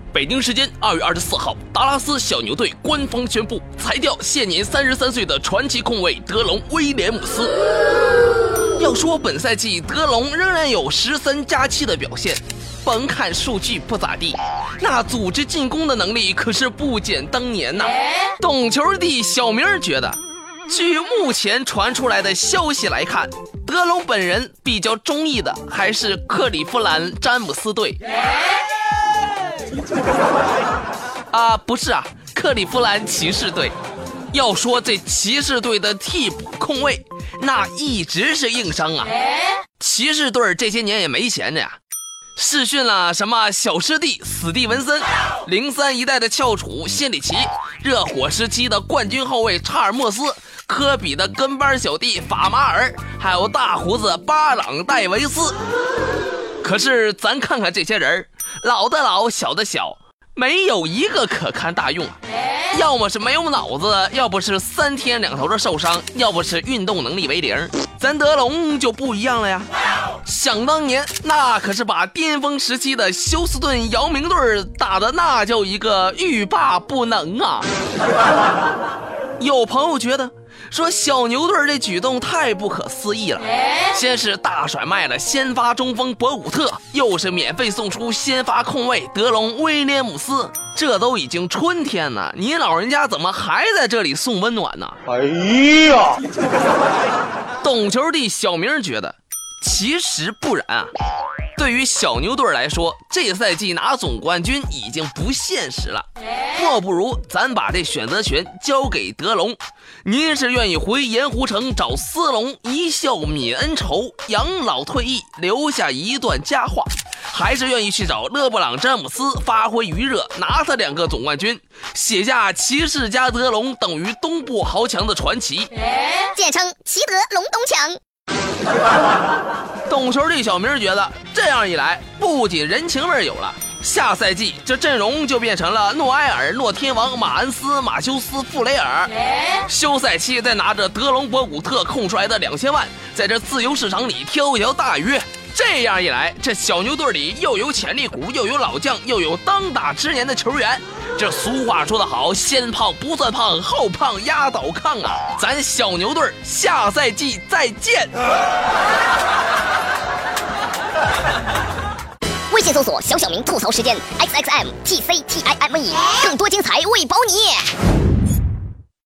北京时间2月24号，达拉斯小牛队官方宣布裁掉现年33岁的传奇控卫德隆·威廉姆斯。要说本赛季德隆仍然有13+7的表现，甭看数据不咋地，那组织进攻的能力可是不减当年呐。懂球帝小明觉得，据目前传出来的消息来看，德隆本人比较中意的还是克利夫兰詹姆斯队。不是啊，克利夫兰骑士队。要说这骑士队的替补控卫，那一直是硬伤啊。骑士队这些年也没闲着呀，试训了什么小师弟史蒂文森，03一代的翘楚谢里奇，热火时期的冠军后卫查尔莫斯，科比的跟班小弟法马尔，还有大胡子巴朗戴维斯。可是咱看看这些人，老的老，小的小，没有一个可堪大用啊。要么是没有脑子，要不是3天2头的受伤，要不是运动能力为0。咱德隆就不一样了呀，想当年那可是把巅峰时期的休斯顿姚明队打的那叫一个欲罢不能啊。有朋友觉得说小牛队这举动太不可思议了，先是大甩卖了先发中锋博古特，又是免费送出先发控卫德隆·威廉姆斯，这都已经春天了，你老人家怎么还在这里送温暖呢？哎呀，懂球帝小明觉得其实不然啊。对于小牛队来说，这赛季拿总冠军已经不现实了，莫不如咱把这选择权交给德隆。您是愿意回盐湖城找斯隆一笑泯恩仇，养老退役留下一段佳话，还是愿意去找勒布朗詹姆斯发挥余热，拿他2个总冠军，写下骑士加德隆等于东部豪强的传奇， 简称齐德隆东强。 懂球帝小明觉得这样一来，不仅人情味有了，下赛季这阵容就变成了诺埃尔、诺天王、马恩斯、马修斯、傅雷尔。休赛期再拿着德隆博古特空出来的2000万，在这自由市场里挑一条大鱼。这样一来，这小牛队里又有潜力股，又有老将，又有当打之年的球员。这俗话说得好，先胖不算胖，后胖压倒炕啊！咱小牛队下赛季再见。 微信搜索小小明吐槽时间 XXMTCTIME， 更多精彩为保你。